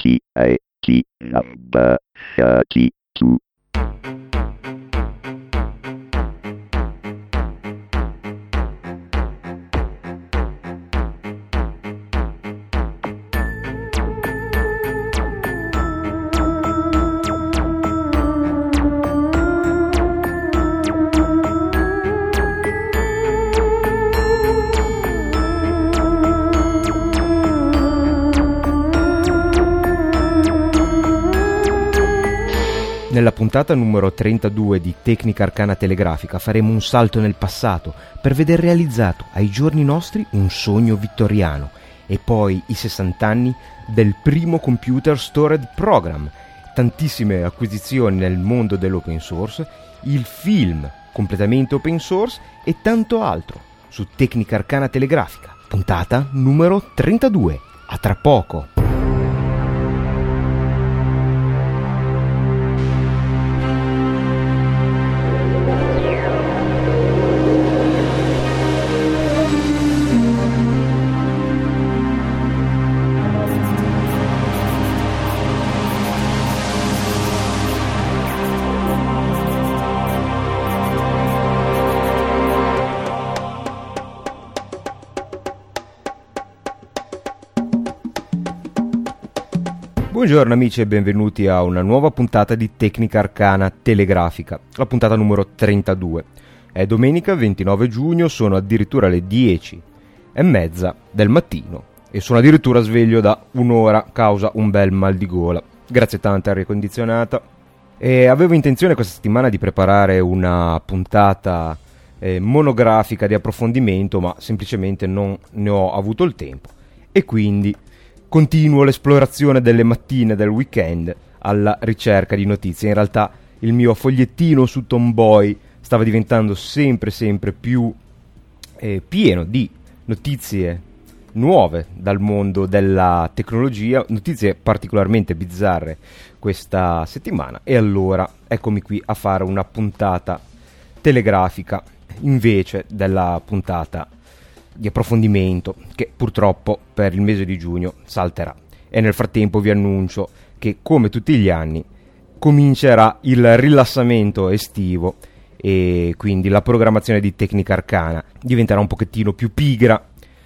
TIT number 32. Nella puntata numero 32 di Tecnica Arcana Telegrafica faremo un salto nel passato per vedere realizzato ai giorni nostri un sogno vittoriano e poi i 60 anni del primo computer stored program, tantissime acquisizioni nel mondo dell'open source, il film completamente open source e tanto altro su Tecnica Arcana Telegrafica, puntata numero 32. A tra poco! Buongiorno amici e benvenuti a una nuova puntata di Tecnica Arcana Telegrafica, la puntata numero 32. È domenica 29 giugno, sono addirittura le 10:30 del mattino e sono addirittura sveglio da un'ora causa un bel mal di gola. Grazie tante aria condizionata. E avevo intenzione questa settimana di preparare una puntata monografica di approfondimento, ma semplicemente non ne ho avuto il tempo e quindi continuo l'esplorazione delle mattine del weekend alla ricerca di notizie. In realtà il mio fogliettino su Tomboy stava diventando sempre più pieno di notizie nuove dal mondo della tecnologia, notizie particolarmente bizzarre questa settimana, e allora eccomi qui a fare una puntata telegrafica invece della puntata di approfondimento che purtroppo per il mese di giugno salterà. E nel frattempo vi annuncio che, come tutti gli anni, comincerà il rilassamento estivo e quindi la programmazione di Tecnica Arcana diventerà un pochettino più pigra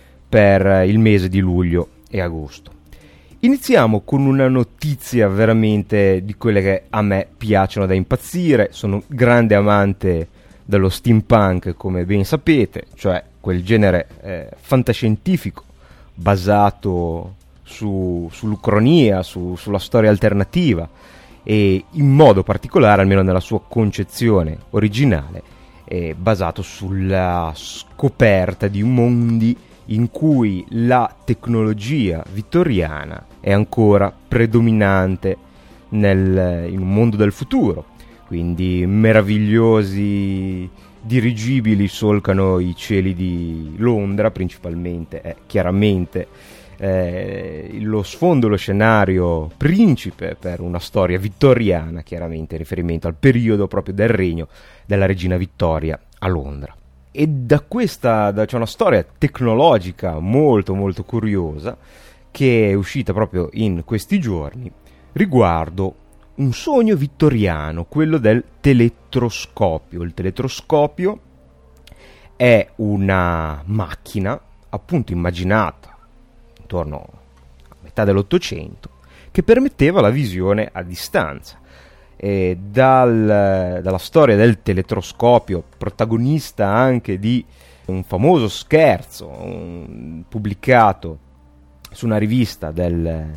per il mese di luglio e agosto. Iniziamo con una notizia veramente di quelle che a me piacciono da impazzire. Sono grande amante dello steampunk, come ben sapete, cioè quel genere fantascientifico basato sull'ucronia, sulla storia alternativa e in modo particolare, almeno nella sua concezione originale, basato sulla scoperta di mondi in cui la tecnologia vittoriana è ancora predominante in un mondo del futuro. Quindi meravigliosi dirigibili solcano i cieli di Londra, principalmente, chiaramente lo sfondo, lo scenario principe per una storia vittoriana, chiaramente in riferimento al periodo proprio del regno della regina Vittoria a Londra. E c'è una storia tecnologica molto curiosa che è uscita proprio in questi giorni riguardo un sogno vittoriano, quello del telettroscopio. Il telettroscopio è una macchina appunto immaginata intorno a metà dell'Ottocento che permetteva la visione a distanza. E dalla storia del teletroscopio, protagonista anche di un famoso scherzo pubblicato su una rivista del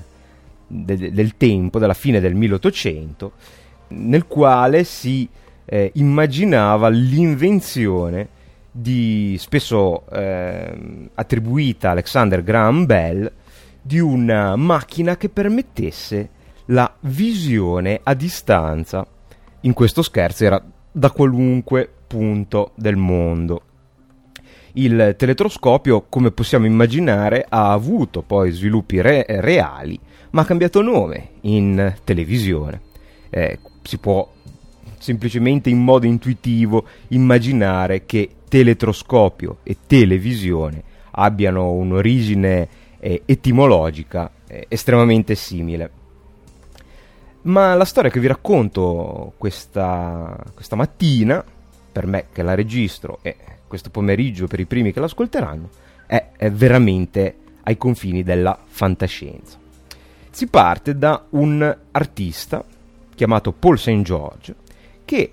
tempo, della fine del 1800, nel quale si immaginava l'invenzione spesso attribuita a Alexander Graham Bell, di una macchina che permettesse la visione a distanza. In questo scherzo era da qualunque punto del mondo. Il teletroscopio, come possiamo immaginare, ha avuto poi sviluppi reali, ma ha cambiato nome in televisione. Si può semplicemente in modo intuitivo immaginare che teletroscopio e televisione abbiano un'origine etimologica estremamente simile. Ma la storia che vi racconto questa mattina, per me che la registro, e questo pomeriggio per i primi che l'ascolteranno, è veramente ai confini della fantascienza. Si parte da un artista chiamato Paul St. George che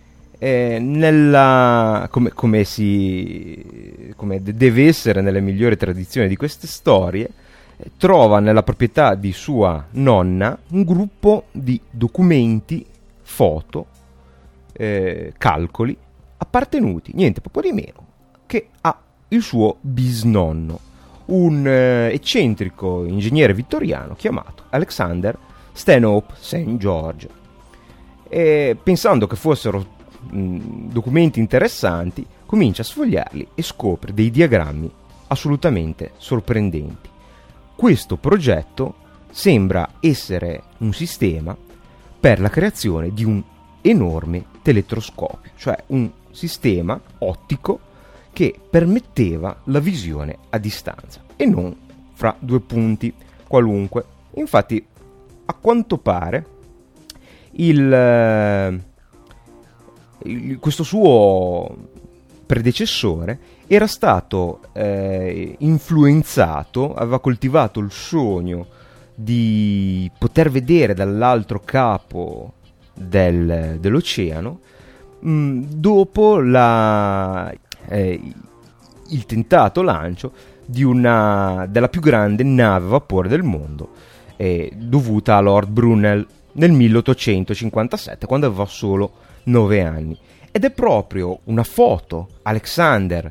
come deve essere nelle migliori tradizioni di queste storie, trova nella proprietà di sua nonna un gruppo di documenti, foto, calcoli appartenuti niente poco di meno che a il suo bisnonno, un eccentrico ingegnere vittoriano chiamato Alexander Stanhope St. George. E pensando che fossero documenti interessanti, comincia a sfogliarli e scopre dei diagrammi assolutamente sorprendenti. Questo progetto sembra essere un sistema per la creazione di un enorme teletroscopio, cioè un sistema ottico che permetteva la visione a distanza e non fra due punti qualunque. Infatti, a quanto pare, questo suo predecessore era stato influenzato, aveva coltivato il sogno di poter vedere dall'altro capo dell'oceano dopo il tentato lancio della più grande nave a vapore del mondo, dovuta a Lord Brunel nel 1857, quando aveva solo 9 anni. Ed è proprio una foto Alexander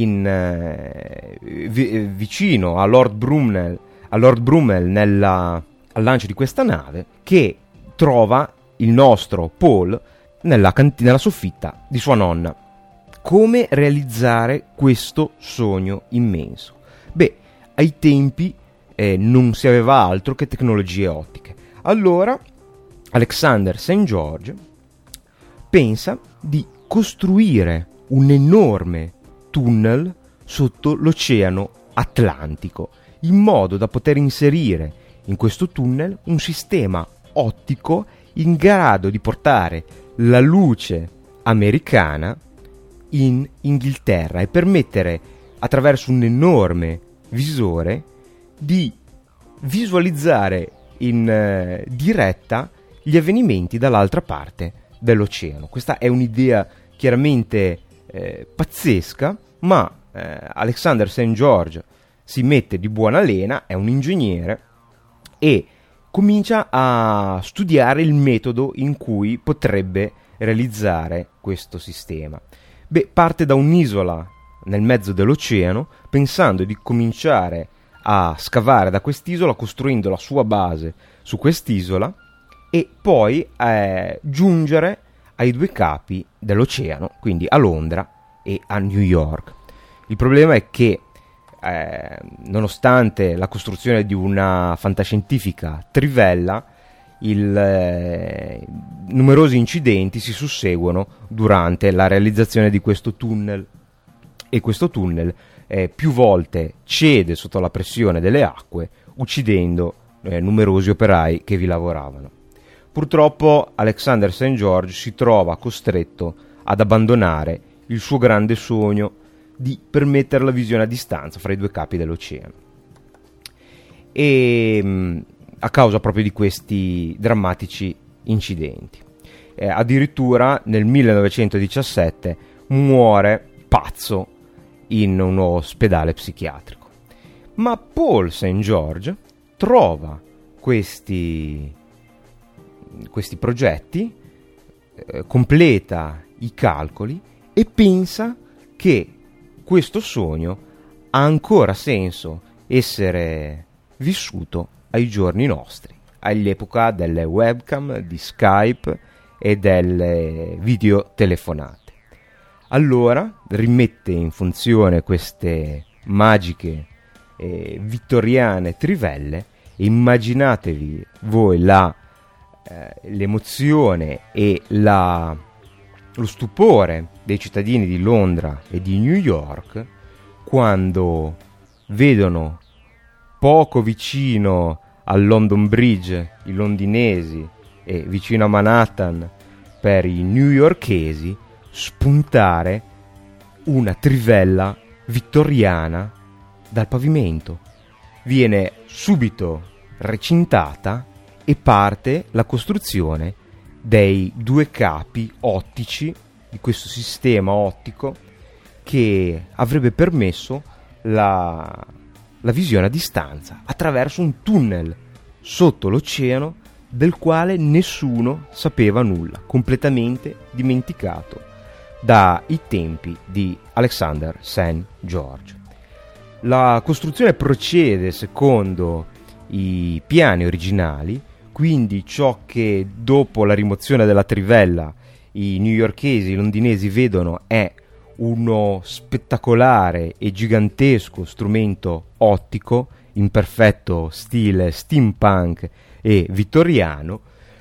vicino a Lord Brunel al lancio di questa nave che trova il nostro Paul nella soffitta di sua nonna. Come realizzare questo sogno immenso? Beh, ai tempi non si aveva altro che tecnologie ottiche. Allora Alexander St. George pensa di costruire un enorme tunnel sotto l'Oceano Atlantico, in modo da poter inserire in questo tunnel un sistema ottico in grado di portare la luce americana in Inghilterra e permettere, attraverso un enorme visore, di visualizzare in diretta gli avvenimenti dall'altra parte dell'oceano. Questa è un'idea chiaramente pazzesca, ma Alexander St. George si mette di buona lena, è un ingegnere e comincia a studiare il metodo in cui potrebbe realizzare questo sistema. Parte da un'isola nel mezzo dell'oceano, pensando di cominciare a scavare da quest'isola, costruendo la sua base su quest'isola e poi giungere ai due capi dell'oceano, quindi a Londra e a New York. Il problema è che nonostante la costruzione di una fantascientifica trivella, numerosi incidenti si susseguono durante la realizzazione di questo tunnel, e questo tunnel più volte cede sotto la pressione delle acque, uccidendo numerosi operai che vi lavoravano. Purtroppo Alexander St. George si trova costretto ad abbandonare il suo grande sogno di permettere la visione a distanza fra i due capi dell'oceano, e a causa proprio di questi drammatici incidenti. Addirittura nel 1917 muore pazzo in un ospedale psichiatrico. Ma Paul St. George trova questi progetti, completa i calcoli e pensa che questo sogno ha ancora senso essere vissuto ai giorni nostri, all'epoca delle webcam, di Skype e delle videotelefonate. Allora rimette in funzione queste magiche vittoriane trivelle e immaginatevi voi l'emozione e lo stupore dei cittadini di Londra e di New York quando vedono poco vicino al London Bridge i londinesi e vicino a Manhattan per i newyorkesi spuntare una trivella vittoriana dal pavimento. Viene subito recintata e parte la costruzione dei due capi ottici di questo sistema ottico che avrebbe permesso la visione a distanza attraverso un tunnel sotto l'oceano del quale nessuno sapeva nulla, completamente dimenticato dai tempi di Alexander St. George. La costruzione procede secondo i piani originali, quindi ciò che dopo la rimozione della trivella i newyorkesi, i londinesi vedono è uno spettacolare e gigantesco strumento ottico in perfetto stile steampunk e vittoriano,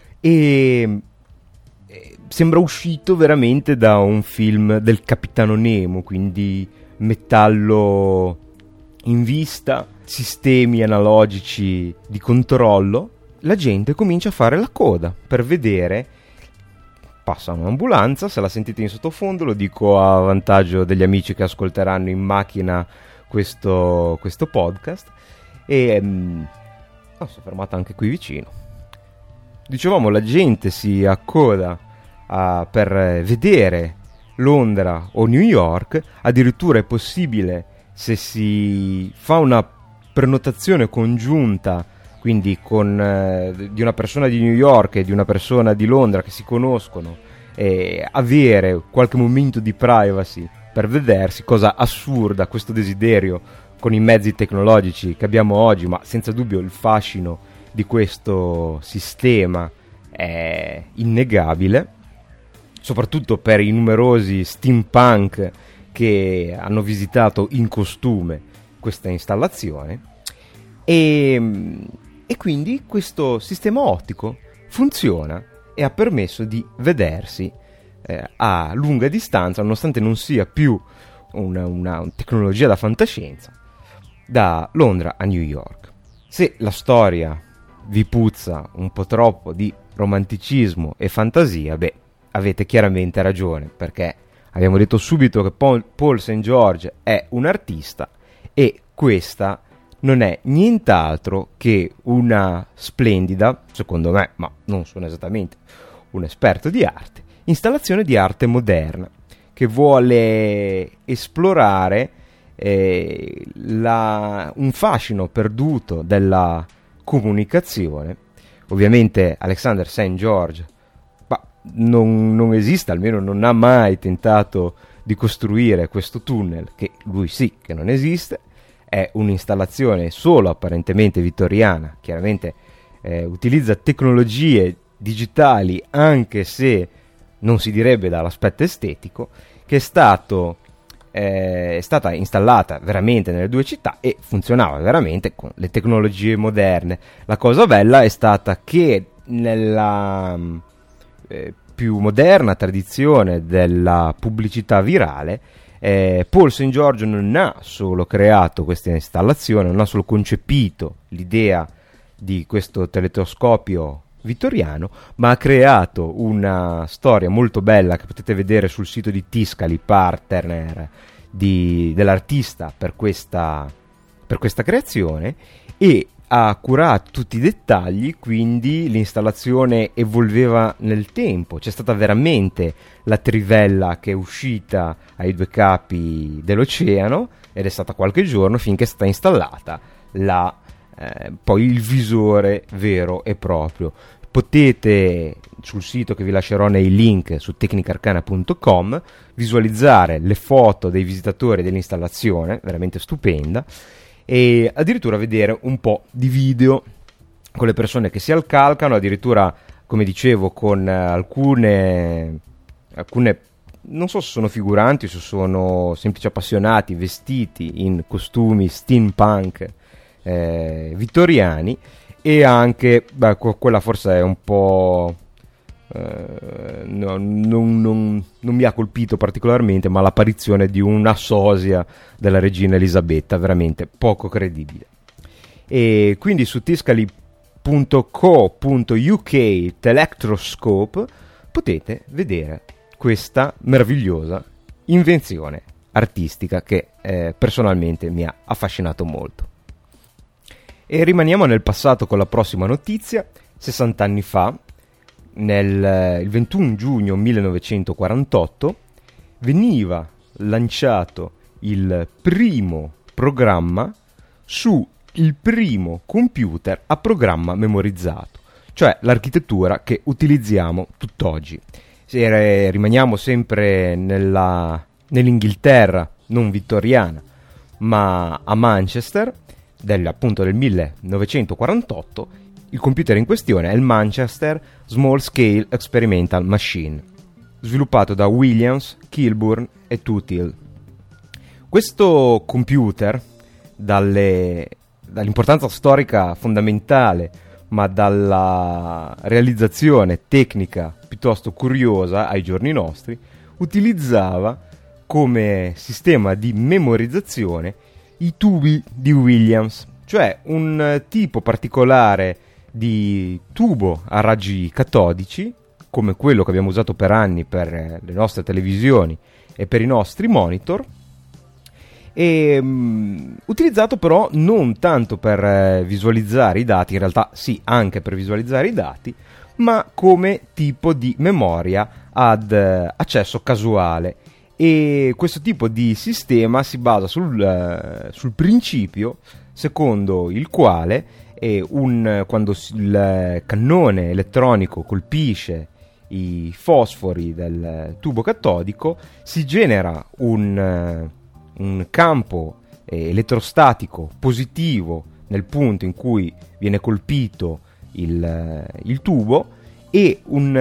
e sembra uscito veramente da un film del Capitano Nemo, quindi metallo in vista, sistemi analogici di controllo. La gente comincia a fare la coda per vedere. Passa un'ambulanza, se la sentite in sottofondo, lo dico a vantaggio degli amici che ascolteranno in macchina questo podcast, e si è fermata anche qui vicino. Dicevamo, la gente si accoda per vedere Londra o New York. Addirittura è possibile, se si fa una prenotazione congiunta, quindi con di una persona di New York e di una persona di Londra che si conoscono, avere qualche momento di privacy per vedersi, cosa assurda, questo desiderio con i mezzi tecnologici che abbiamo oggi, ma senza dubbio il fascino di questo sistema è innegabile, soprattutto per i numerosi steampunk che hanno visitato in costume questa installazione. E quindi questo sistema ottico funziona e ha permesso di vedersi a lunga distanza, nonostante non sia più una tecnologia da fantascienza, da Londra a New York. Se la storia vi puzza un po' troppo di romanticismo e fantasia, avete chiaramente ragione, perché abbiamo detto subito che Paul St. George è un artista, e questa non è nient'altro che una splendida, secondo me, ma non sono esattamente un esperto di arte, installazione di arte moderna che vuole esplorare un fascino perduto della comunicazione. Ovviamente Alexander St. George non esiste, almeno non ha mai tentato di costruire questo tunnel, che lui sì che non esiste. È un'installazione solo apparentemente vittoriana, chiaramente utilizza tecnologie digitali, anche se non si direbbe dall'aspetto estetico, che è stata installata veramente nelle due città e funzionava veramente con le tecnologie moderne. La cosa bella è stata che nella più moderna tradizione della pubblicità virale, Paul St. George non ha solo creato questa installazione, non ha solo concepito l'idea di questo teletroscopio vittoriano, ma ha creato una storia molto bella che potete vedere sul sito di Tiscali, partner dell'artista per questa creazione, e ha curato tutti i dettagli, quindi l'installazione evolveva nel tempo. C'è stata veramente la trivella che è uscita ai due capi dell'oceano, ed è stata qualche giorno finché è stata installata poi il visore vero e proprio. Potete, sul sito che vi lascerò nei link su tecnicarcana.com, visualizzare le foto dei visitatori dell'installazione, veramente stupenda, e addirittura vedere un po' di video con le persone che si accalcano, addirittura, come dicevo, con alcune non so se sono figuranti o se sono semplici appassionati vestiti in costumi steampunk vittoriani, e anche quella forse è un po' non mi ha colpito particolarmente, ma l'apparizione di una sosia della regina Elisabetta, veramente poco credibile. E quindi su Tiscali .co.uk Telectroscope potete vedere questa meravigliosa invenzione artistica che personalmente mi ha affascinato molto. E rimaniamo nel passato con la prossima notizia. 60 anni fa, il 21 giugno 1948, veniva lanciato il primo programma su il primo computer a programma memorizzato, cioè l'architettura che utilizziamo tutt'oggi. Rimaniamo sempre nell'Inghilterra non vittoriana, ma a Manchester, appunto del 1948. Il computer in questione è il Manchester Small Scale Experimental Machine, sviluppato da Williams, Kilburn e Tootle. Questo computer, dall'importanza storica fondamentale, ma dalla realizzazione tecnica piuttosto curiosa ai giorni nostri, utilizzava come sistema di memorizzazione i tubi di Williams, cioè un tipo particolare di tubo a raggi catodici, come quello che abbiamo usato per anni per le nostre televisioni e per i nostri monitor, e utilizzato però non tanto per visualizzare i dati, in realtà sì, anche per visualizzare i dati, ma come tipo di memoria ad accesso casuale. E questo tipo di sistema si basa sul principio secondo il quale quando il cannone elettronico colpisce i fosfori del tubo catodico si genera un campo elettrostatico positivo nel punto in cui viene colpito il tubo e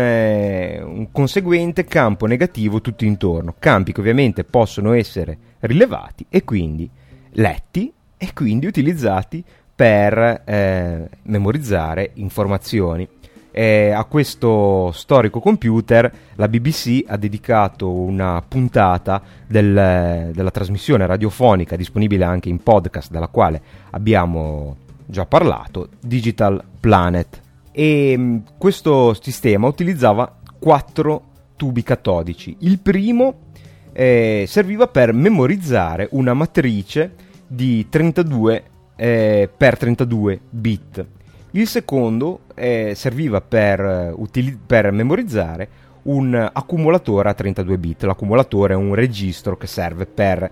un conseguente campo negativo tutto intorno, campi che ovviamente possono essere rilevati e quindi letti e quindi utilizzati per memorizzare informazioni. A questo storico computer la BBC ha dedicato una puntata della trasmissione radiofonica disponibile anche in podcast, dalla quale abbiamo già parlato, Digital Planet. E questo sistema utilizzava 4 tubi catodici. Il primo serviva per memorizzare una matrice di 32 per 32 bit. Il secondo serviva per memorizzare un accumulatore a 32 bit. L'accumulatore è un registro che serve per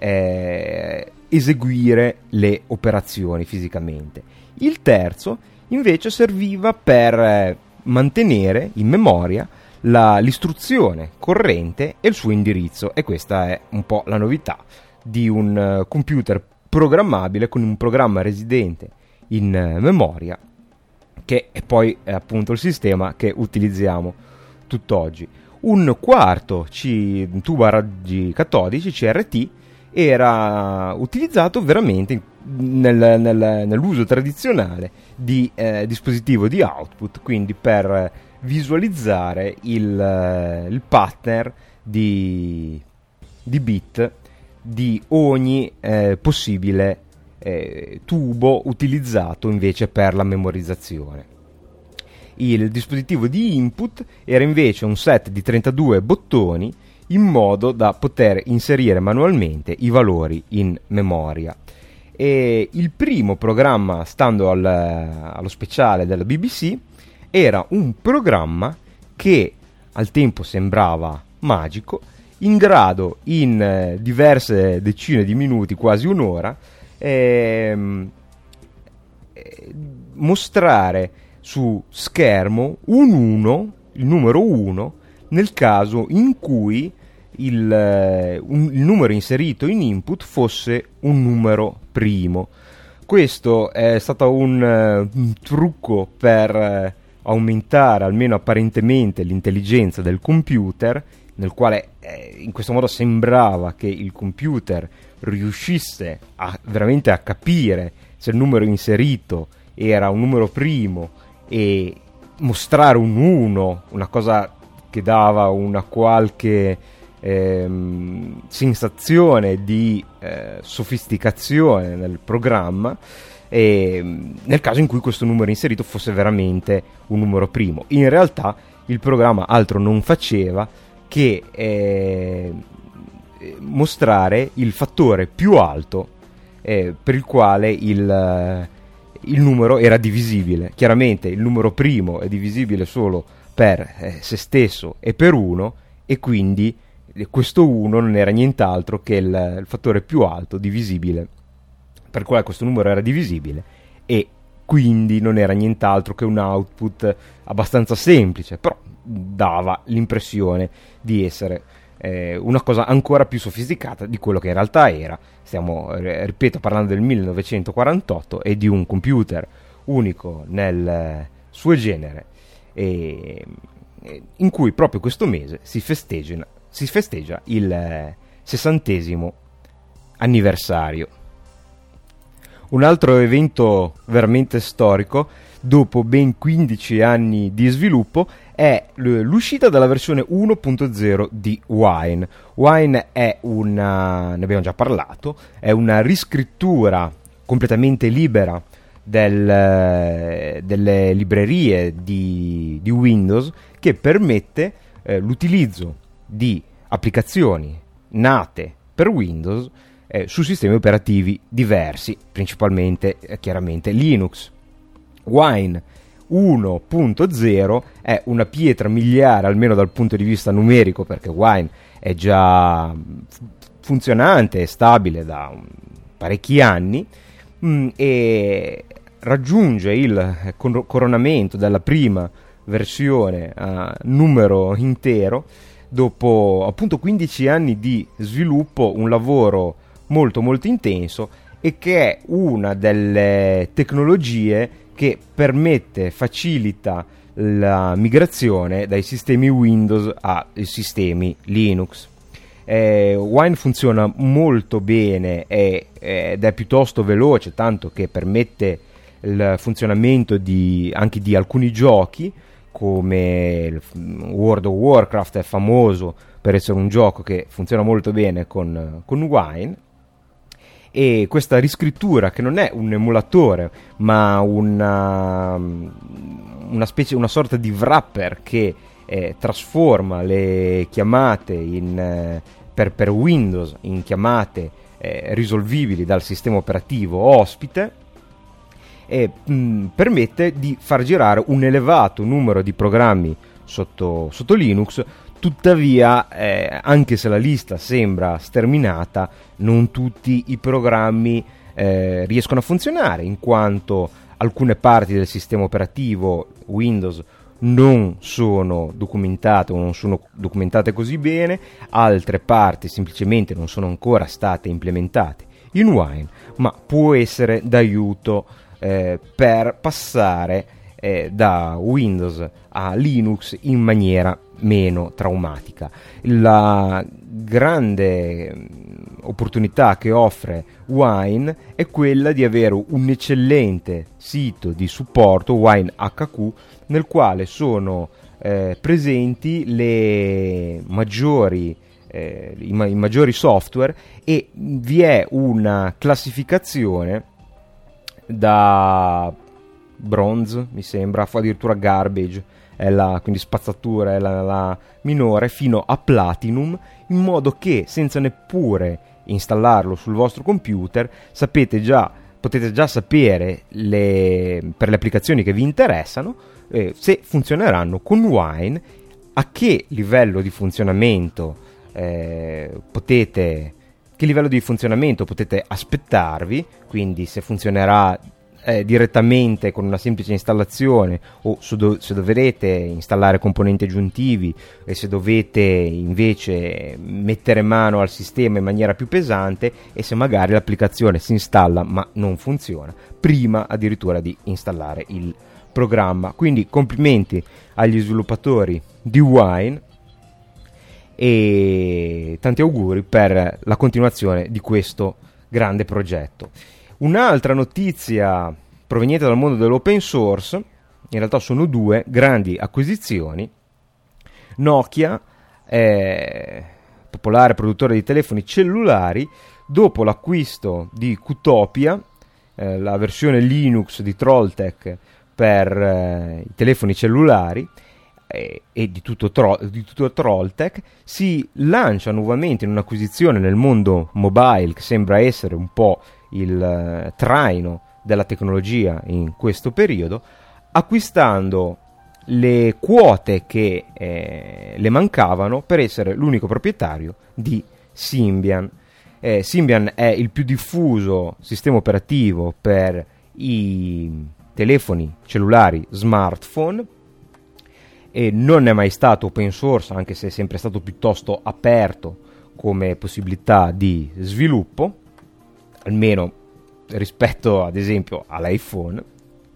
eseguire le operazioni fisicamente. Il terzo invece serviva per mantenere in memoria l'istruzione corrente e il suo indirizzo, e questa è un po' la novità di un computer programmabile con un programma residente in memoria, che è poi appunto il sistema che utilizziamo tutt'oggi. Un quarto tubo a raggi catodici, CRT, era utilizzato veramente nell'uso tradizionale di dispositivo di output, quindi per visualizzare il pattern di bit di ogni possibile tubo utilizzato invece per la memorizzazione. Il dispositivo di input era invece un set di 32 bottoni in modo da poter inserire manualmente i valori in memoria. E il primo programma, stando allo speciale della BBC, era un programma che al tempo sembrava magico, in grado in diverse decine di minuti, quasi un'ora, mostrare su schermo il numero 1 nel caso in cui il numero inserito in input fosse un numero primo. Questo è stato un trucco per aumentare, almeno apparentemente, l'intelligenza del computer, nel quale in questo modo sembrava che il computer riuscisse veramente a capire se il numero inserito era un numero primo e mostrare un 1, una cosa che dava una qualche sensazione di sofisticazione nel programma, nel caso in cui questo numero inserito fosse veramente un numero primo. In realtà il programma altro non faceva che mostrare il fattore più alto per il quale il numero era divisibile. Chiaramente il numero primo è divisibile solo per se stesso e per 1, e quindi questo 1 non era nient'altro che il fattore più alto divisibile, per il quale questo numero era divisibile, e quindi non era nient'altro che un output abbastanza semplice, però dava l'impressione di essere una cosa ancora più sofisticata di quello che in realtà era. Stiamo, ripeto, parlando del 1948 e di un computer unico nel suo genere, in cui proprio questo mese si festeggia il 60° anniversario. Un altro evento veramente storico, dopo ben 15 anni di sviluppo, è l'uscita della versione 1.0 di Wine. Wine è ne abbiamo già parlato, è una riscrittura completamente libera delle librerie di Windows, che permette l'utilizzo di applicazioni nate per Windows su sistemi operativi diversi, principalmente chiaramente Linux. Wine 1.0 è una pietra miliare, almeno dal punto di vista numerico, perché Wine è già funzionante e stabile da parecchi anni, e raggiunge il coronamento della prima versione a numero intero dopo appunto 15 anni di sviluppo, un lavoro molto molto intenso, e che è una delle tecnologie che facilita la migrazione dai sistemi Windows ai sistemi Linux. Wine funziona molto bene ed è piuttosto veloce, tanto che permette il funzionamento anche di alcuni giochi, come World of Warcraft è famoso per essere un gioco che funziona molto bene con Wine. E questa riscrittura, che non è un emulatore ma una sorta di wrapper che trasforma le chiamate per Windows in chiamate risolvibili dal sistema operativo ospite, permette di far girare un elevato numero di programmi sotto Linux. Tuttavia, anche se la lista sembra sterminata, non tutti i programmi riescono a funzionare, in quanto alcune parti del sistema operativo Windows non sono documentate o non sono documentate così bene, altre parti semplicemente non sono ancora state implementate in Wine, ma può essere d'aiuto per passare da Windows a Linux in maniera meno traumatica. La grande opportunità che offre Wine è quella di avere un eccellente sito di supporto, Wine HQ, nel quale sono presenti i maggiori software, e vi è una classificazione da bronze, mi sembra, addirittura garbage, quindi spazzatura è la minore, fino a platinum, in modo che senza neppure installarlo sul vostro computer potete già sapere per le applicazioni che vi interessano se funzioneranno con Wine, a che livello di funzionamento potete aspettarvi, quindi se funzionerà direttamente con una semplice installazione, o se dovrete installare componenti aggiuntivi, e se dovete invece mettere mano al sistema in maniera più pesante, e se magari l'applicazione si installa ma non funziona prima addirittura di installare il programma. Quindi complimenti agli sviluppatori di Wine e tanti auguri per la continuazione di questo grande progetto. Un'altra notizia proveniente dal mondo dell'open source, in realtà sono due grandi acquisizioni. Nokia, popolare produttore di telefoni cellulari, dopo l'acquisto di Qtopia, la versione Linux di Trolltech per i telefoni cellulari e di tutto Trolltech, si lancia nuovamente in un'acquisizione nel mondo mobile che sembra essere un po' il traino della tecnologia in questo periodo, acquistando le quote che le mancavano per essere l'unico proprietario di Symbian. Symbian è il più diffuso sistema operativo per i telefoni cellulari smartphone e non è mai stato open source, anche se è sempre stato piuttosto aperto come possibilità di sviluppo, almeno rispetto ad esempio all'iPhone.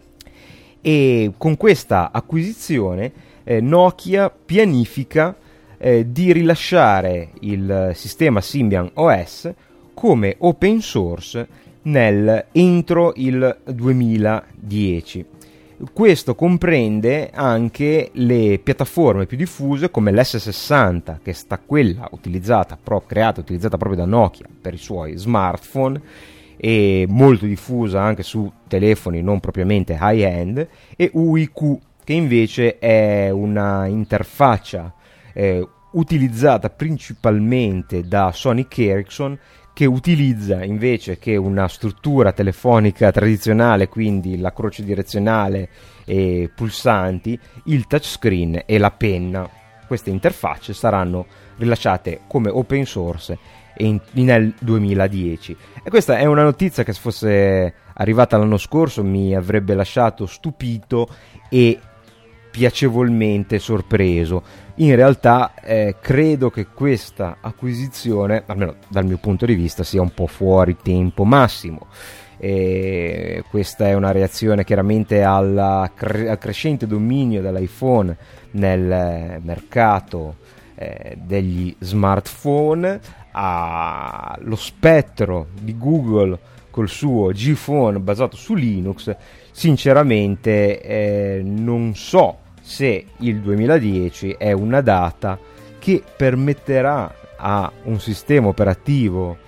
E con questa acquisizione Nokia pianifica di rilasciare il sistema Symbian OS come open source entro il 2010. Questo comprende anche le piattaforme più diffuse come l'S60, che sta quella creata e utilizzata proprio da Nokia per i suoi smartphone, e molto diffusa anche su telefoni non propriamente high-end, e UIQ, che invece è una interfaccia utilizzata principalmente da Sony Ericsson, che utilizza invece che una struttura telefonica tradizionale, quindi la croce direzionale e pulsanti, il touchscreen e la penna. Queste interfacce saranno rilasciate come open source nel 2010. E questa è una notizia che, se fosse arrivata l'anno scorso, mi avrebbe lasciato stupito e piacevolmente sorpreso. In realtà credo che questa acquisizione, almeno dal mio punto di vista, sia un po' fuori tempo massimo. Questa è una reazione chiaramente al crescente dominio dell'iPhone nel mercato degli smartphone, allo spettro di Google col suo G-Phone basato su Linux. Sinceramente non so se il 2010 è una data che permetterà a un sistema operativo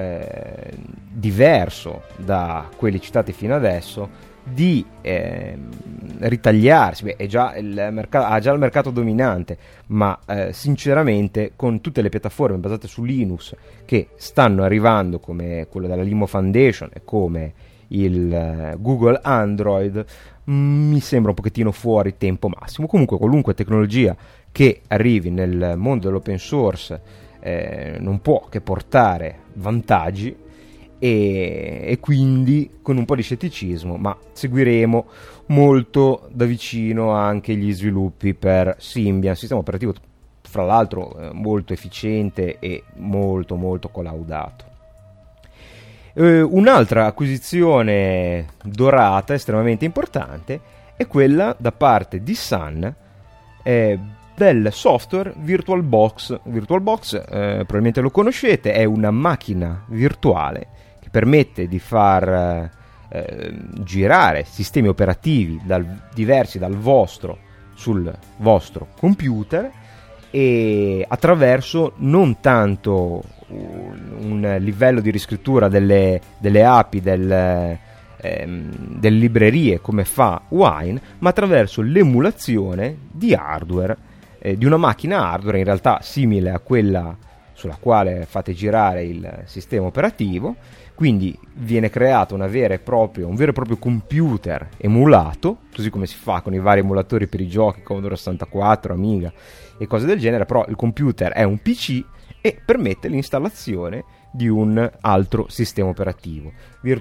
diverso da quelli citati fino adesso di ritagliarsi. Ha già il mercato dominante, ma sinceramente, con tutte le piattaforme basate su Linux che stanno arrivando, come quello della Limo Foundation e come il Google Android, mi sembra un pochettino fuori tempo massimo. Comunque, qualunque tecnologia che arrivi nel mondo dell'open source non può che portare vantaggi, e quindi con un po' di scetticismo, ma seguiremo molto da vicino anche gli sviluppi per Symbian, sistema operativo fra l'altro molto efficiente e molto molto collaudato. Un'altra acquisizione dorata estremamente importante è quella da parte di Sun del software VirtualBox. VirtualBox probabilmente lo conoscete, è una macchina virtuale che permette di far girare sistemi operativi diversi dal vostro sul vostro computer, e attraverso non tanto un livello di riscrittura delle API delle librerie come fa Wine, ma attraverso l'emulazione di hardware, di una macchina hardware in realtà simile a quella sulla quale fate girare il sistema operativo. Quindi viene creato un vero e proprio computer emulato, così come si fa con i vari emulatori per i giochi Commodore 64, Amiga e cose del genere, però il computer è un PC e permette l'installazione di un altro sistema operativo.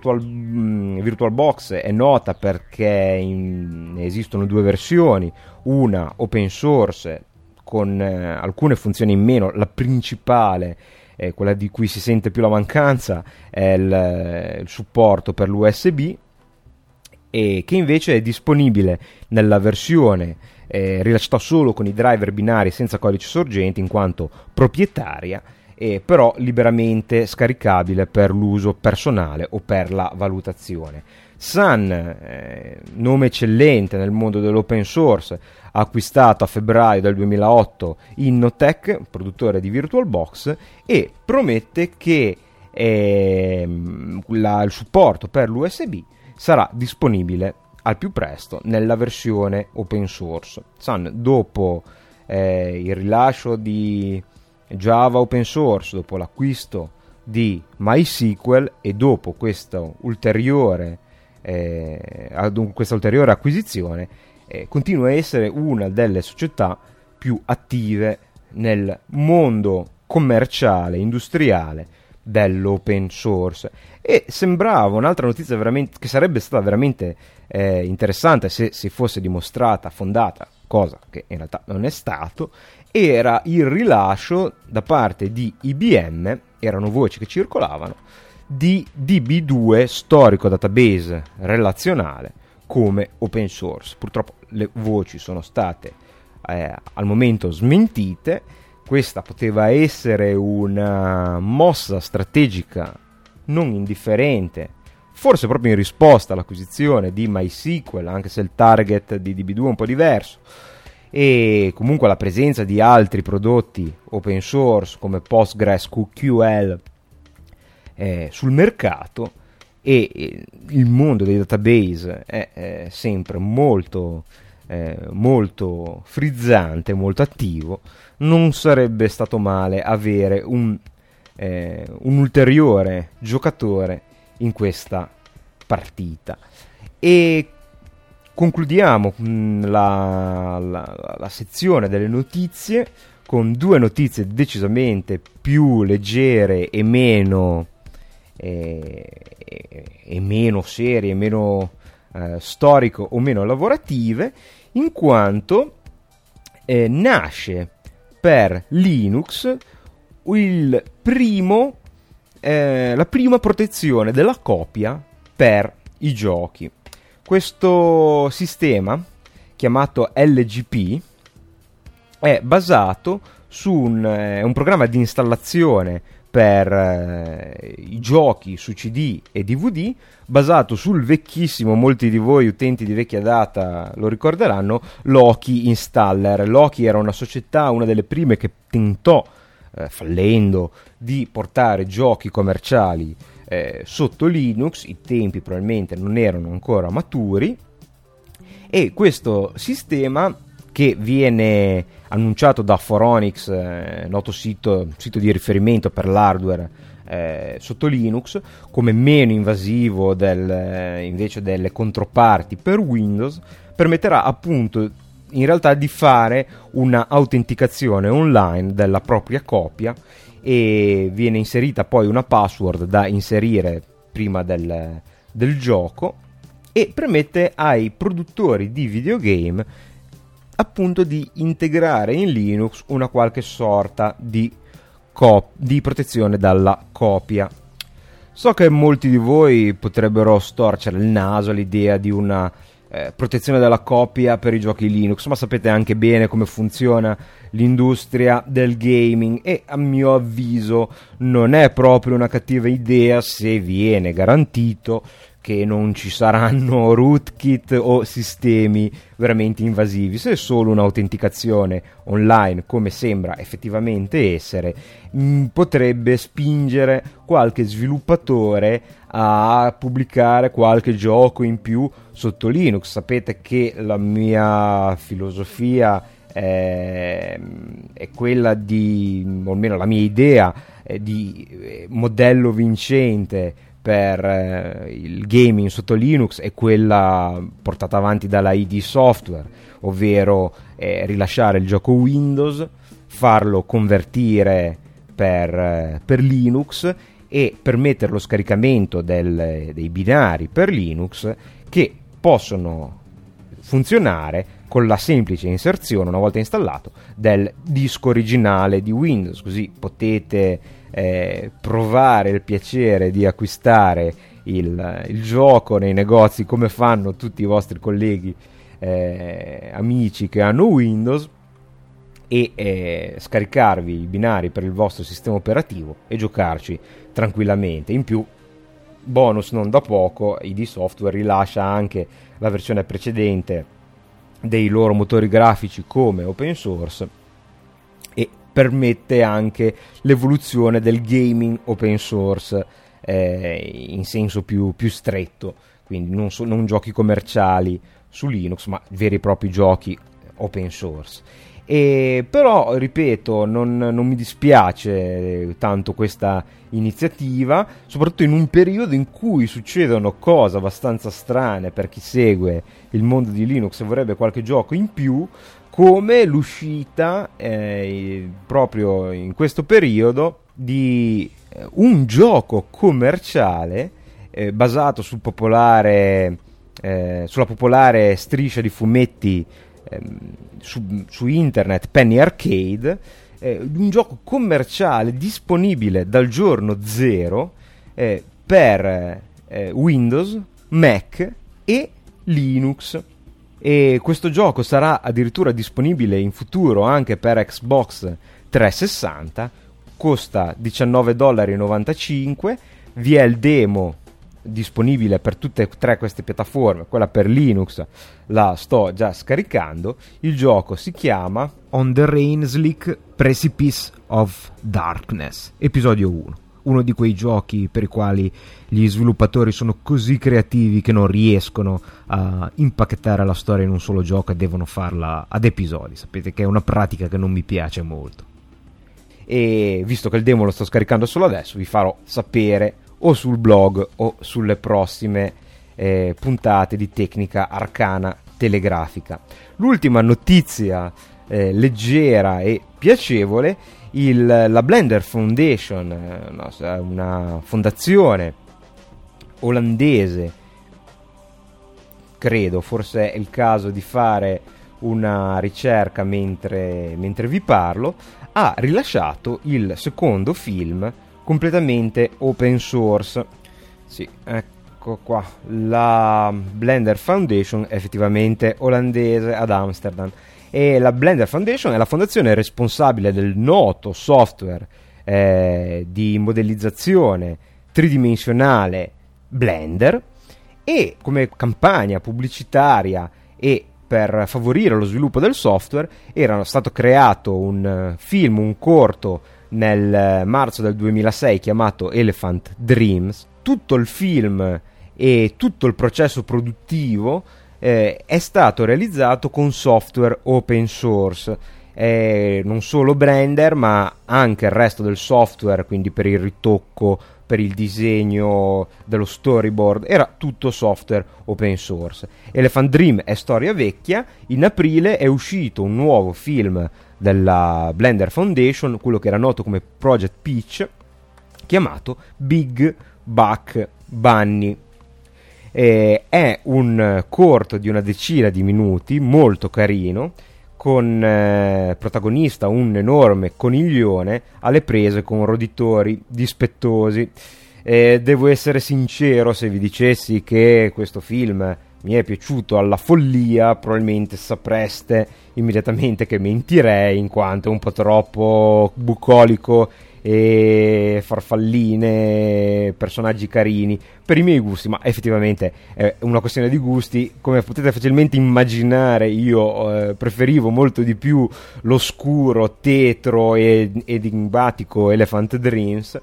VirtualBox è nota perché ne esistono due versioni, una open source con alcune funzioni in meno. La principale, quella di cui si sente più la mancanza, è il supporto per l'USB, e che invece è disponibile nella versione rilasciata solo con i driver binari senza codice sorgente, in quanto proprietaria, però liberamente scaricabile per l'uso personale o per la valutazione. Sun, nome eccellente nel mondo dell'open source, ha acquistato a febbraio del 2008 Innotech, produttore di VirtualBox, e promette che il supporto per l'USB sarà disponibile al più presto nella versione open source. Dopo il rilascio di Java open source, dopo l'acquisto di MySQL e dopo questa ulteriore acquisizione, continua a essere una delle società più attive nel mondo commerciale, industriale dell'open source. E sembrava un'altra notizia veramente, che sarebbe stata veramente interessante se si fosse dimostrata fondata, cosa che in realtà non è stato, era il rilascio da parte di IBM, erano voci che circolavano, di DB2, storico database relazionale, come open source. Purtroppo le voci sono state al momento smentite. Questa poteva essere una mossa strategica non indifferente, forse proprio in risposta all'acquisizione di MySQL, anche se il target di DB2 è un po' diverso, e comunque la presenza di altri prodotti open source come PostgreSQL sul mercato, e il mondo dei database è sempre molto frizzante, molto attivo. Non sarebbe stato male avere un ulteriore giocatore in questa partita. E concludiamo la sezione delle notizie con due notizie decisamente più leggere e meno serie, meno storico o meno lavorative, in quanto nasce per Linux la prima protezione della copia per i giochi. Questo sistema, chiamato LGP, è basato su un programma di installazione per i giochi su CD e DVD, basato sul vecchissimo, molti di voi utenti di vecchia data lo ricorderanno, Loki Installer. Loki era una società, una delle prime che tentò, fallendo, di portare giochi commerciali sotto Linux. I tempi probabilmente non erano ancora maturi, e questo sistema, che viene annunciato da Phoronix, noto sito di riferimento per l'hardware sotto Linux, come meno invasivo invece delle controparti per Windows, permetterà appunto in realtà di fare una autenticazione online della propria copia, e viene inserita poi una password da inserire prima del gioco, e permette ai produttori di videogame appunto di integrare in Linux una qualche sorta di protezione dalla copia. So che molti di voi potrebbero storcere il naso all'idea di una protezione della copia per i giochi Linux, ma sapete anche bene come funziona l'industria del gaming, e a mio avviso non è proprio una cattiva idea se viene garantito che non ci saranno rootkit o sistemi veramente invasivi. Se è solo un'autenticazione online, come sembra effettivamente essere, potrebbe spingere qualche sviluppatore a pubblicare qualche gioco in più sotto Linux. Sapete che la mia filosofia è quella di, o almeno la mia idea di modello vincente per il gaming sotto Linux è quella portata avanti dalla ID Software, ovvero rilasciare il gioco Windows, farlo convertire per Linux e permettere lo scaricamento dei binari per Linux, che possono funzionare con la semplice inserzione, una volta installato, del disco originale di Windows. Così potete provare il piacere di acquistare il gioco nei negozi, come fanno tutti i vostri colleghi amici che hanno Windows, e scaricarvi i binari per il vostro sistema operativo e giocarci tranquillamente. In più, bonus non da poco, ID Software rilascia anche la versione precedente dei loro motori grafici come open source, e permette anche l'evoluzione del gaming open source in senso più stretto, quindi non giochi commerciali su Linux, ma veri e propri giochi open source. Però ripeto, non mi dispiace tanto questa iniziativa, soprattutto in un periodo in cui succedono cose abbastanza strane per chi segue il mondo di Linux e vorrebbe qualche gioco in più, come l'uscita proprio in questo periodo di un gioco commerciale basato sulla popolare striscia di fumetti su internet, Penny Arcade, un gioco commerciale disponibile dal giorno zero per Windows, Mac e Linux. E questo gioco sarà addirittura disponibile in futuro anche per Xbox 360, costa $19,95, vi è il demo disponibile per tutte e tre queste piattaforme, quella per Linux la sto già scaricando. Il gioco si chiama On the Rainslick Precipice of Darkness, episodio 1, uno di quei giochi per i quali gli sviluppatori sono così creativi che non riescono a impacchettare la storia in un solo gioco e devono farla ad episodi. Sapete che è una pratica che non mi piace molto, e visto che il demo lo sto scaricando solo adesso, vi farò sapere o sul blog o sulle prossime puntate di Tecnica Arcana Telegrafica. L'ultima notizia leggera e piacevole: la Blender Foundation, una fondazione olandese, credo, forse è il caso di fare una ricerca mentre vi parlo, ha rilasciato il secondo film completamente open source. Sì, ecco qua, la Blender Foundation è effettivamente olandese, ad Amsterdam, e la Blender Foundation è la fondazione responsabile del noto software di modellizzazione tridimensionale Blender, e come campagna pubblicitaria e per favorire lo sviluppo del software era stato creato un film, un corto, nel marzo del 2006 chiamato Elephant Dreams. Tutto il film e tutto il processo produttivo è stato realizzato con software open source, non solo Blender ma anche il resto del software, quindi per il ritocco, per il disegno dello storyboard, era tutto software open source. Elephant Dream è storia vecchia. In aprile è uscito un nuovo film della Blender Foundation, quello che era noto come Project Peach, chiamato Big Buck Bunny. È un corto di una decina di minuti, molto carino, con protagonista un enorme coniglione alle prese con roditori dispettosi. Devo essere sincero, se vi dicessi che questo film mi è piaciuto alla follia, probabilmente sapreste immediatamente che mentirei, in quanto è un po' troppo bucolico e farfalline, personaggi carini per i miei gusti, ma effettivamente è una questione di gusti. Come potete facilmente immaginare, io preferivo molto di più l'oscuro, tetro ed enigmatico Elephant Dreams,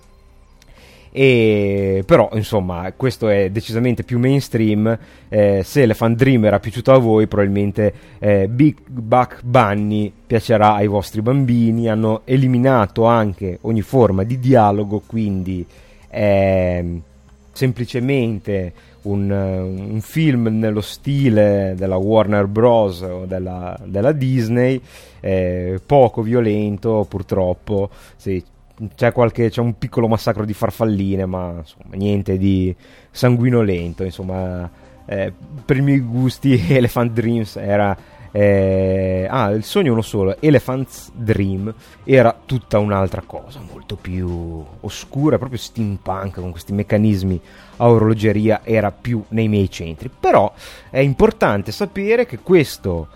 però insomma questo è decisamente più mainstream. Se Elephant Dream era piaciuto a voi, probabilmente Big Buck Bunny piacerà ai vostri bambini. Hanno eliminato anche ogni forma di dialogo, quindi è semplicemente un film nello stile della Warner Bros. O della Disney, poco violento purtroppo. Sì, c'è un piccolo massacro di farfalline, ma insomma niente di sanguinolento. Insomma, per i miei gusti Elephant Dreams era il sogno uno solo, Elephant's Dream era tutta un'altra cosa, molto più oscura, proprio steampunk, con questi meccanismi a orologeria, era più nei miei centri. Però è importante sapere che questo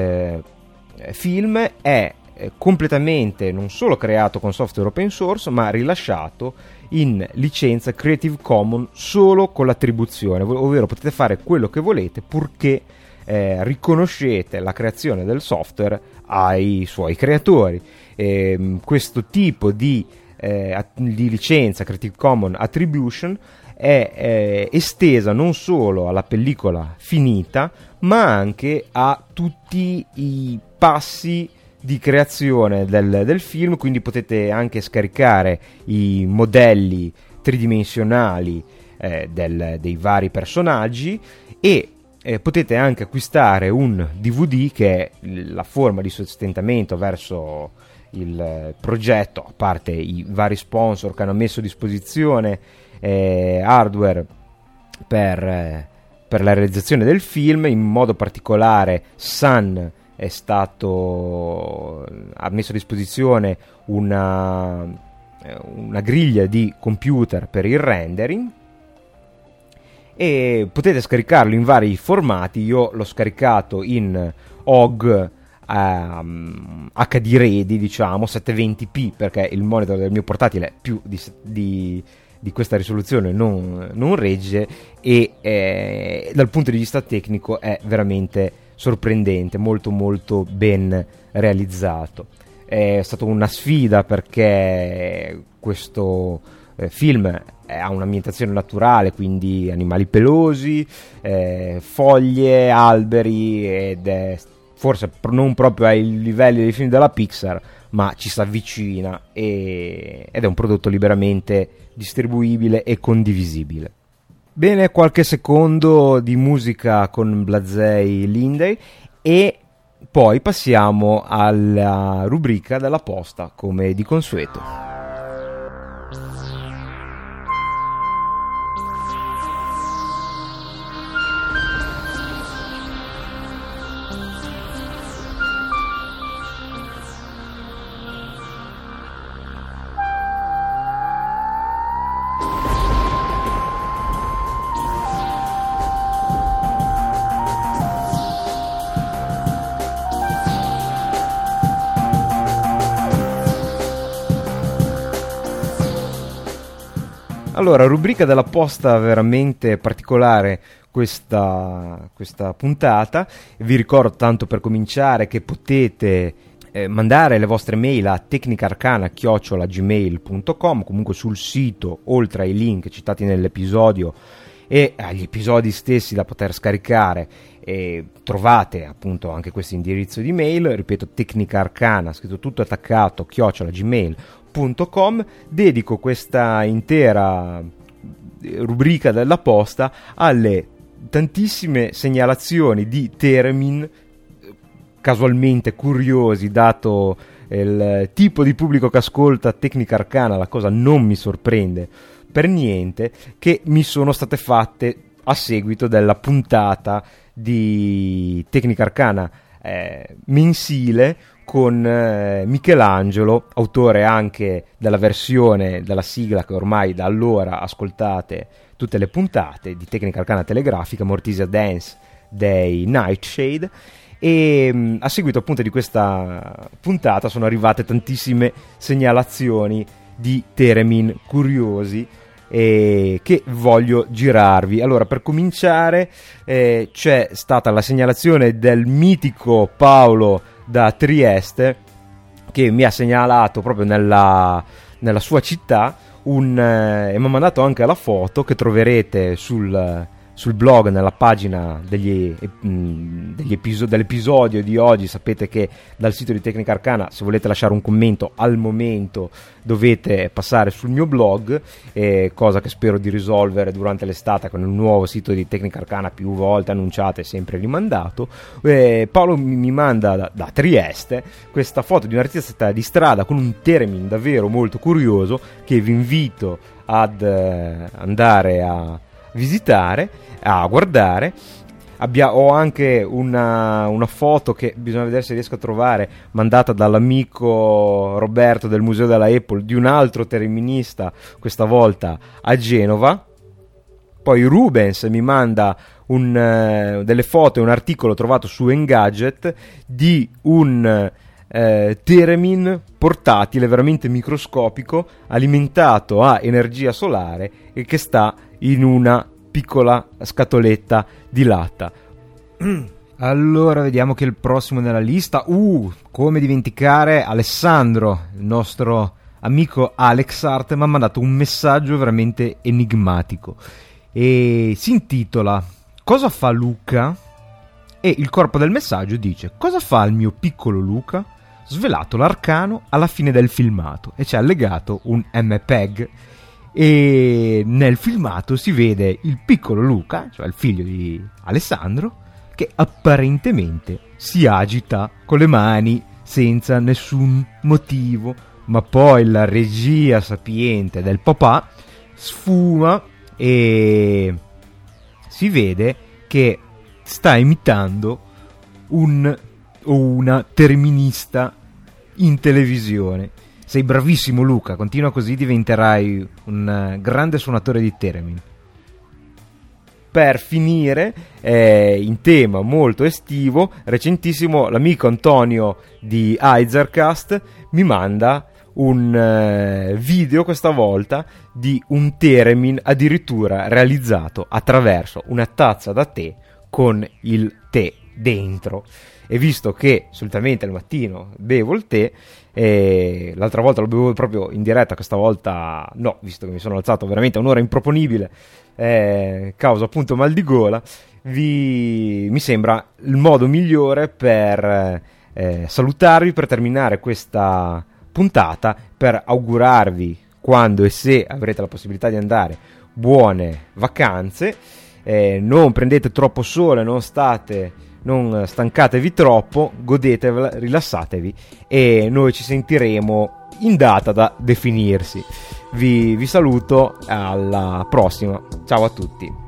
film è completamente non solo creato con software open source, ma rilasciato in licenza Creative Commons solo con l'attribuzione, ovvero potete fare quello che volete purché riconoscete la creazione del software ai suoi creatori. Questo tipo di licenza Creative Commons Attribution è estesa non solo alla pellicola finita, ma anche a tutti i passi di creazione del film, quindi potete anche scaricare i modelli tridimensionali dei vari personaggi e potete anche acquistare un DVD, che è la forma di sostentamento verso il progetto, a parte i vari sponsor che hanno messo a disposizione hardware per la realizzazione del film. In modo particolare Sun ha messo a disposizione una griglia di computer per il rendering, e potete scaricarlo in vari formati. Io l'ho scaricato in OGG HD ready, diciamo 720p, perché il monitor del mio portatile più di questa risoluzione non regge, e dal punto di vista tecnico è veramente sorprendente, molto molto ben realizzato. È stata una sfida, perché questo film ha un'ambientazione naturale, quindi animali pelosi, foglie, alberi, ed è forse non proprio ai livelli dei film della Pixar, ma ci si avvicina, ed è un prodotto liberamente distribuibile e condivisibile. Bene, qualche secondo di musica con Blasey Lindey e poi passiamo alla rubrica della posta, come di consueto. Allora, rubrica della posta veramente particolare questa puntata. Vi ricordo, tanto per cominciare, che potete mandare le vostre mail a tecnicarcana@gmail.com, comunque sul sito, oltre ai link citati nell'episodio e agli episodi stessi da poter scaricare, trovate appunto anche questo indirizzo di mail, ripeto, tecnicarcana, scritto tutto attaccato, @gmail.com. Dedico questa intera rubrica della posta alle tantissime segnalazioni di Theremin, casualmente curiosi, dato il tipo di pubblico che ascolta Tecnica Arcana. La cosa non mi sorprende per niente, che mi sono state fatte a seguito della puntata di Tecnica Arcana mensile con Michelangelo, autore anche della versione della sigla che ormai da allora ascoltate tutte le puntate di Tecnica Arcana Telegrafica, Mortisia Dance dei Nightshade. E a seguito appunto di questa puntata sono arrivate tantissime segnalazioni di Theremin curiosi che voglio girarvi. Allora, per cominciare, c'è stata la segnalazione del mitico Paolo da Trieste, che mi ha segnalato proprio nella sua città e mi ha mandato anche la foto che troverete sul blog, nella pagina dell'episodio di oggi. Sapete che dal sito di Tecnica Arcana, se volete lasciare un commento al momento, dovete passare sul mio blog, cosa che spero di risolvere durante l'estate con il nuovo sito di Tecnica Arcana, più volte annunciato e sempre rimandato. Paolo mi manda da Trieste questa foto di un artista di strada con un Theremin davvero molto curioso, che vi invito ad andare a visitare, a guardare. Ho anche una foto che bisogna vedere se riesco a trovare, mandata dall'amico Roberto del Museo della Apple, di un altro terminista, questa volta a Genova. Poi Rubens mi manda delle foto e un articolo trovato su Engadget di un Theremin portatile veramente microscopico, alimentato a energia solare e che sta in una piccola scatoletta di latta. Allora, vediamo che il prossimo nella lista. Come dimenticare Alessandro, il nostro amico Alex Art, mi ha mandato un messaggio veramente enigmatico e si intitola "Cosa fa Luca?" e il corpo del messaggio dice: "Cosa fa il mio piccolo Luca? Svelato l'arcano alla fine del filmato", e c'è allegato un MPEG, e nel filmato si vede il piccolo Luca, cioè il figlio di Alessandro, che apparentemente si agita con le mani senza nessun motivo, ma poi la regia sapiente del papà sfuma e si vede che sta imitando un o una terminista in televisione. Sei bravissimo Luca, continua così, diventerai un grande suonatore di theremin. Per finire, in tema molto estivo, recentissimo l'amico Antonio di Aizercast mi manda un video, questa volta di un theremin addirittura realizzato attraverso una tazza da tè con il tè dentro. E visto che solitamente al mattino bevo il tè, l'altra volta lo bevo proprio in diretta, questa volta no, visto che mi sono alzato veramente a un'ora improponibile, causa appunto mal di gola, mi sembra il modo migliore per salutarvi, per terminare questa puntata, per augurarvi, quando e se avrete la possibilità di andare, buone vacanze. Non prendete troppo sole, non stancatevi troppo, godetevela, rilassatevi, e noi ci sentiremo in data da definirsi. Vi saluto, alla prossima, ciao a tutti.